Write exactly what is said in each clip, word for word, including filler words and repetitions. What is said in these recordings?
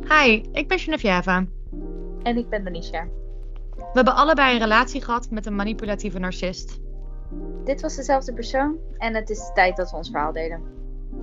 Hi, ik ben Geneviève. En ik ben Danisha. We hebben allebei een relatie gehad met een manipulatieve narcist. Dit was dezelfde persoon en het is tijd dat we ons verhaal delen.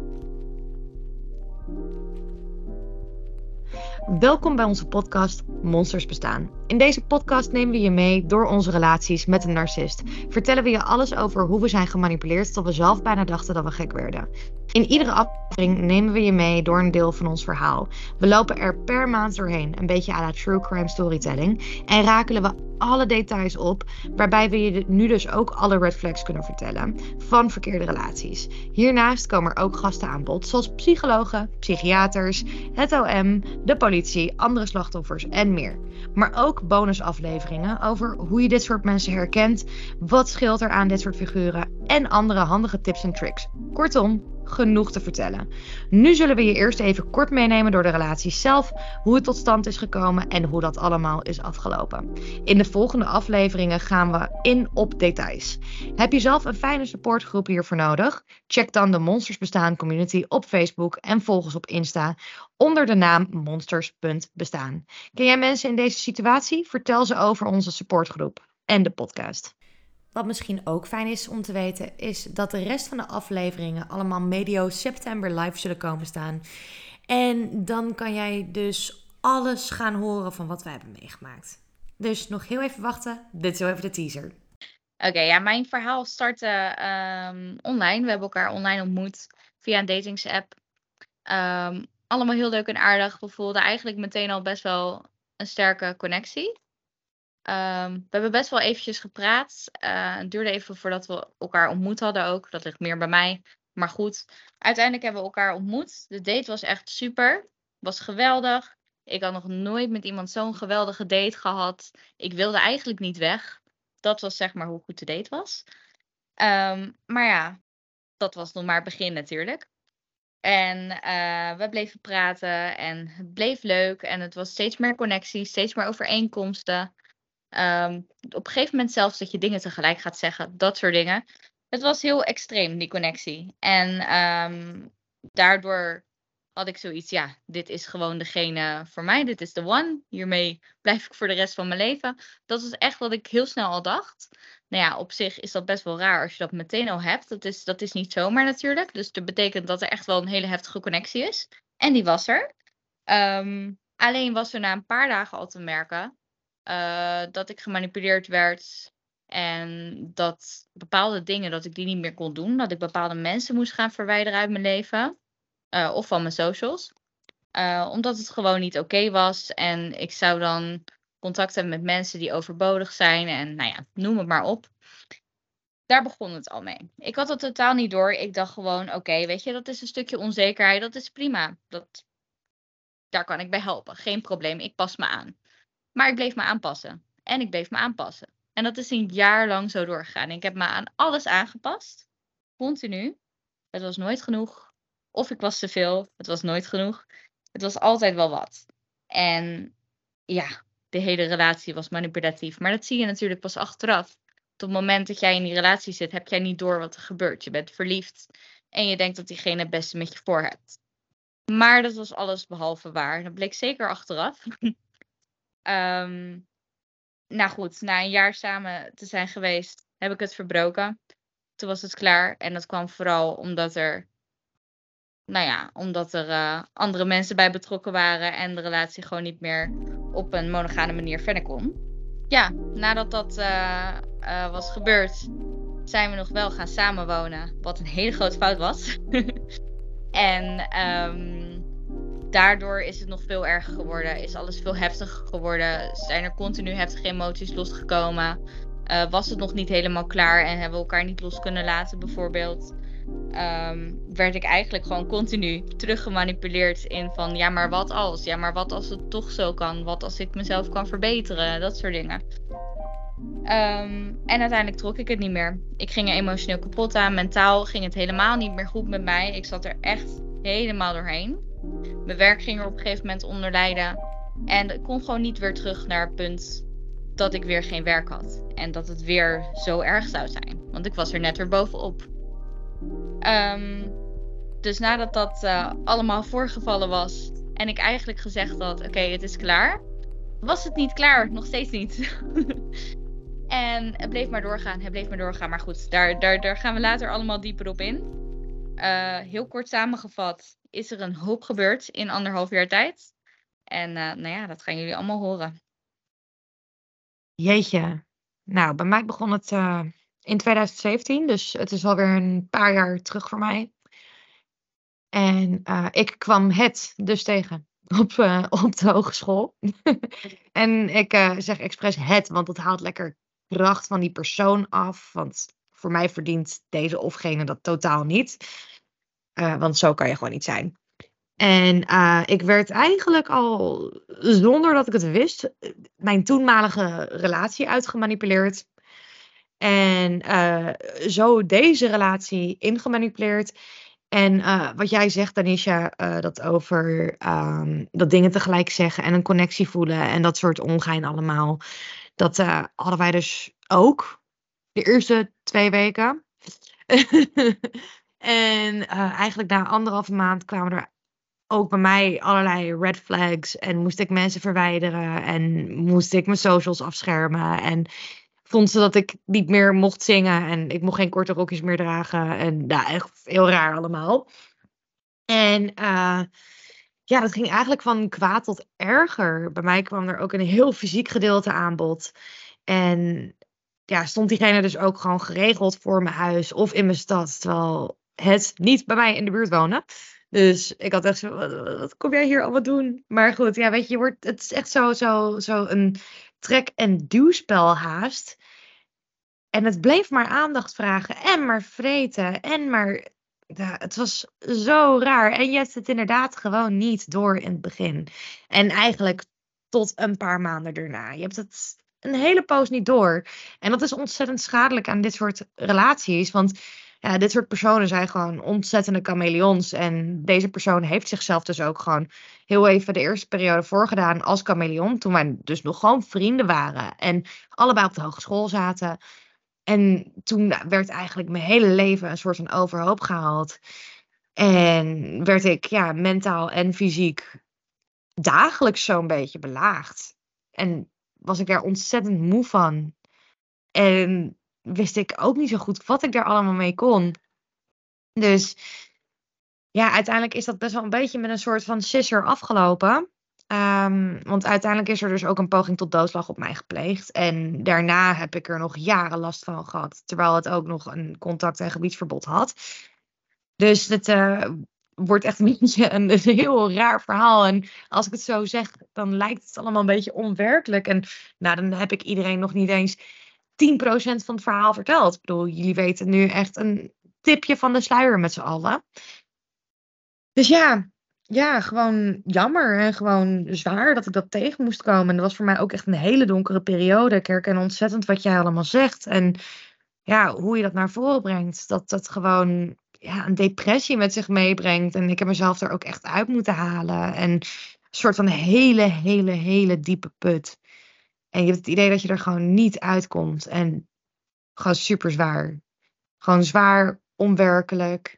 Welkom bij onze podcast Monsters Bestaan. In deze podcast nemen we je mee door onze relaties met een narcist. Vertellen we je alles over hoe we zijn gemanipuleerd tot we zelf bijna dachten dat we gek werden. In iedere aflevering nemen we je mee door een deel van ons verhaal. We lopen er per maand doorheen, een beetje à la true crime storytelling. En rakelen we alle details op, waarbij we je nu dus ook alle red flags kunnen vertellen van verkeerde relaties. Hiernaast komen er ook gasten aan bod, zoals psychologen, psychiaters, het O M, de politie, andere slachtoffers en meer. Maar ook bonusafleveringen over hoe je dit soort mensen herkent, wat scheelt er aan dit soort figuren en andere handige tips en tricks. Kortom, genoeg te vertellen. Nu zullen we je eerst even kort meenemen door de relatie zelf, hoe het tot stand is gekomen en hoe dat allemaal is afgelopen. In de volgende afleveringen gaan we in op details. Heb je zelf een fijne supportgroep hiervoor nodig? Check dan de Monsters Bestaan community op Facebook en volg ons op Insta onder de naam monsters punt bestaan. Ken jij mensen in deze situatie? Vertel ze over onze supportgroep en de podcast. Wat misschien ook fijn is om te weten, is dat de rest van de afleveringen allemaal medio september live zullen komen staan. En dan kan jij dus alles gaan horen van wat wij hebben meegemaakt. Dus nog heel even wachten. Dit is heel even de teaser. Oké, okay, ja, mijn verhaal startte um, online. We hebben elkaar online ontmoet via een datingsapp. Um, allemaal heel leuk en aardig. We voelden eigenlijk meteen al best wel een sterke connectie. Um, we hebben best wel eventjes gepraat. Uh, het duurde even voordat we elkaar ontmoet hadden ook. Dat ligt meer bij mij. Maar goed, uiteindelijk hebben we elkaar ontmoet. De date was echt super. Was geweldig. Ik had nog nooit met iemand zo'n geweldige date gehad. Ik wilde eigenlijk niet weg. Dat was zeg maar hoe goed de date was. Um, maar ja, dat was nog maar het begin natuurlijk. En uh, we bleven praten en het bleef leuk. En het was steeds meer connectie, steeds meer overeenkomsten. Um, op een gegeven moment zelfs dat je dingen tegelijk gaat zeggen. Dat soort dingen. Het was heel extreem, die connectie. En um, daardoor had ik zoiets, ja, dit is gewoon degene voor mij. Dit is de one. Hiermee blijf ik voor de rest van mijn leven. Dat is echt wat ik heel snel al dacht. Nou ja, op zich is dat best wel raar als je dat meteen al hebt. Dat is, dat is niet zomaar natuurlijk. Dus dat betekent dat er echt wel een hele heftige connectie is. En die was er. Um, alleen was er na een paar dagen al te merken uh, dat ik gemanipuleerd werd. En dat bepaalde dingen, dat ik die niet meer kon doen. Dat ik bepaalde mensen moest gaan verwijderen uit mijn leven. Uh, of van mijn socials. Uh, omdat het gewoon niet oké okay was. En ik zou dan contact hebben met mensen die overbodig zijn. En nou ja, noem het maar op. Daar begon het al mee. Ik had het totaal niet door. Ik dacht gewoon, oké, okay, weet je, dat is een stukje onzekerheid. Dat is prima. Dat, daar kan ik bij helpen. Geen probleem. Ik pas me aan. Maar ik bleef me aanpassen. En ik bleef me aanpassen. En dat is een jaar lang zo doorgegaan. Ik heb me aan alles aangepast. Continu. Het was nooit genoeg. Of ik was te veel. Het was nooit genoeg. Het was altijd wel wat. En ja, de hele relatie was manipulatief. Maar dat zie je natuurlijk pas achteraf. Op het moment dat jij in die relatie zit, heb jij niet door wat er gebeurt. Je bent verliefd. En je denkt dat diegene het beste met je voor hebt. Maar dat was alles behalve waar. Dat bleek zeker achteraf. um, nou goed, na een jaar samen te zijn geweest, heb ik het verbroken. Toen was het klaar. En dat kwam vooral omdat er... Nou ja, omdat er uh, andere mensen bij betrokken waren en de relatie gewoon niet meer op een monogame manier verder kon. Ja, nadat dat uh, uh, was gebeurd, zijn we nog wel gaan samenwonen, wat een hele grote fout was. en um, daardoor is het nog veel erger geworden, is alles veel heftiger geworden, zijn er continu heftige emoties losgekomen. Uh, was het nog niet helemaal klaar en hebben we elkaar niet los kunnen laten bijvoorbeeld. Um, werd ik eigenlijk gewoon continu teruggemanipuleerd in van ja maar wat als, ja maar wat als het toch zo kan, wat als ik mezelf kan verbeteren, dat soort dingen. Um, en uiteindelijk trok ik het niet meer. Ik ging er emotioneel kapot aan, mentaal ging het helemaal niet meer goed met mij. Ik zat er echt helemaal doorheen. Mijn werk ging er op een gegeven moment onder lijden en ik kon gewoon niet weer terug naar het punt dat ik weer geen werk had en dat het weer zo erg zou zijn, want ik was er net weer bovenop. Um, dus nadat dat uh, allemaal voorgevallen was En ik eigenlijk gezegd had, oké, okay, het is klaar. Was het niet klaar? Nog steeds niet. En het bleef maar doorgaan. Het bleef maar doorgaan. Maar goed, daar, daar, daar gaan we later allemaal dieper op in. Uh, heel kort samengevat is er een hoop gebeurd in anderhalf jaar tijd. En uh, nou ja, dat gaan jullie allemaal horen. Jeetje. Nou, bij mij begon het uh, in twintig zeventien. Dus het is alweer een paar jaar terug voor mij. En uh, ik kwam het dus tegen op, uh, op de hogeschool. En ik uh, zeg expres het, want dat haalt lekker kracht van die persoon af. Want voor mij verdient deze of gene dat totaal niet. Uh, want zo kan je gewoon niet zijn. En uh, ik werd eigenlijk al, zonder dat ik het wist, mijn toenmalige relatie uitgemanipuleerd. En uh, zo deze relatie ingemanipuleerd. En uh, wat jij zegt, Danisha, uh, dat over um, dat dingen tegelijk zeggen en een connectie voelen en dat soort ongein allemaal. Dat uh, hadden wij dus ook de eerste twee weken. En uh, eigenlijk na anderhalve maand kwamen er ook bij mij allerlei red flags. En moest ik mensen verwijderen. En moest ik mijn socials afschermen. En vond ze dat ik niet meer mocht zingen. En ik mocht geen korte rokjes meer dragen. En ja, echt heel raar allemaal. En uh, ja, dat ging eigenlijk van kwaad tot erger. Bij mij kwam er ook een heel fysiek gedeelte aan bod. En ja, stond diegene dus ook gewoon geregeld voor mijn huis of in mijn stad. Terwijl het niet bij mij in de buurt woonde. Dus ik had echt zo, wat, wat kom jij hier allemaal doen? Maar goed, ja, weet je, je wordt, het is echt zo, zo, zo een trek- en duwspel haast. En het bleef maar aandacht vragen en maar vreten en maar... Ja, het was zo raar. En je hebt het inderdaad gewoon niet door in het begin. En eigenlijk tot een paar maanden daarna. Je hebt het een hele poos niet door. En dat is ontzettend schadelijk aan dit soort relaties. Want ja, dit soort personen zijn gewoon ontzettende chameleons. En deze persoon heeft zichzelf dus ook gewoon heel even de eerste periode voorgedaan als chameleon. Toen wij dus nog gewoon vrienden waren. En allebei op de hogeschool zaten. En toen werd eigenlijk mijn hele leven een soort van overhoop gehaald. En werd ik ja, mentaal en fysiek dagelijks zo'n beetje belaagd. En was ik daar ontzettend moe van. En wist ik ook niet zo goed wat ik daar allemaal mee kon. Dus ja, uiteindelijk is dat best wel een beetje met een soort van sisser afgelopen. Um, want uiteindelijk is er dus ook een poging tot doodslag op mij gepleegd. En daarna heb ik er nog jaren last van gehad. Terwijl het ook nog een contact- en gebiedsverbod had. Dus het uh, wordt echt een beetje een, een heel raar verhaal. En als ik het zo zeg, dan lijkt het allemaal een beetje onwerkelijk. En nou, dan heb ik iedereen nog niet eens tien procent van het verhaal verteld. Ik bedoel, jullie weten nu echt een tipje van de sluier met z'n allen. Dus ja... Ja, gewoon jammer en gewoon zwaar dat ik dat tegen moest komen. En dat was voor mij ook echt een hele donkere periode. Ik herken ontzettend wat jij allemaal zegt. En ja, hoe je dat naar voren brengt. Dat dat gewoon ja, een depressie met zich meebrengt. En ik heb mezelf er ook echt uit moeten halen. En een soort van hele, hele, hele diepe put. En je hebt het idee dat je er gewoon niet uitkomt. En gewoon super zwaar. Gewoon zwaar, onwerkelijk.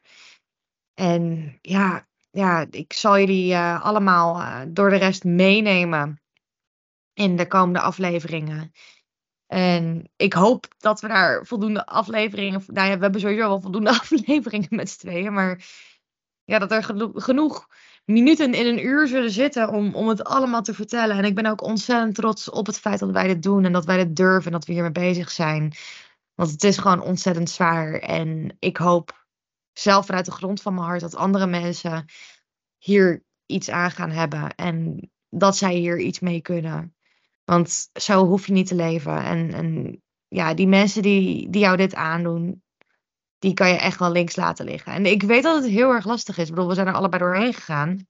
En ja... Ja, ik zal jullie uh, allemaal uh, door de rest meenemen in de komende afleveringen. En ik hoop dat we daar voldoende afleveringen... Nou ja, we hebben sowieso wel voldoende afleveringen met z'n tweeën. Maar ja, dat er geno- genoeg minuten in een uur zullen zitten om, om het allemaal te vertellen. En ik ben ook ontzettend trots op het feit dat wij dit doen. En dat wij dit durven en dat we hiermee bezig zijn. Want het is gewoon ontzettend zwaar. En ik hoop... zelf vanuit de grond van mijn hart dat andere mensen hier iets aan gaan hebben. En dat zij hier iets mee kunnen. Want zo hoef je niet te leven. En, en ja, die mensen die, die jou dit aandoen, die kan je echt wel links laten liggen. En ik weet dat het heel erg lastig is. Ik bedoel, we zijn er allebei doorheen gegaan.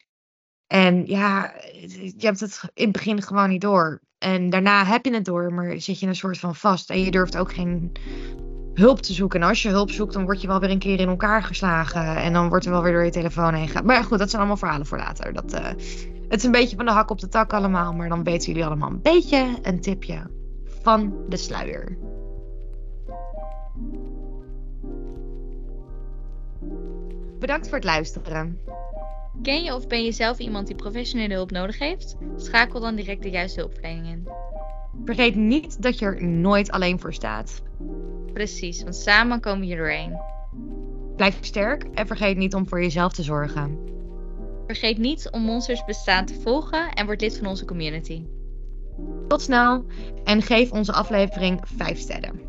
En ja, je hebt het in het begin gewoon niet door. En daarna heb je het door, maar zit je een soort van vast. En je durft ook geen... hulp te zoeken. En als je hulp zoekt, dan word je wel weer een keer in elkaar geslagen. En dan wordt er wel weer door je telefoon heen gegaan. Maar goed, dat zijn allemaal verhalen voor later. Dat, uh, het is een beetje van de hak op de tak allemaal. Maar dan weten jullie allemaal een beetje een tipje van de sluier. Bedankt voor het luisteren. Ken je of ben je zelf iemand die professionele hulp nodig heeft? Schakel dan direct de juiste hulpverlening in. Vergeet niet dat je er nooit alleen voor staat. Precies, want samen komen we hier doorheen. Blijf sterk en vergeet niet om voor jezelf te zorgen. Vergeet niet om Monsters Bestaan te volgen en word lid van onze community. Tot snel en geef onze aflevering vijf sterren.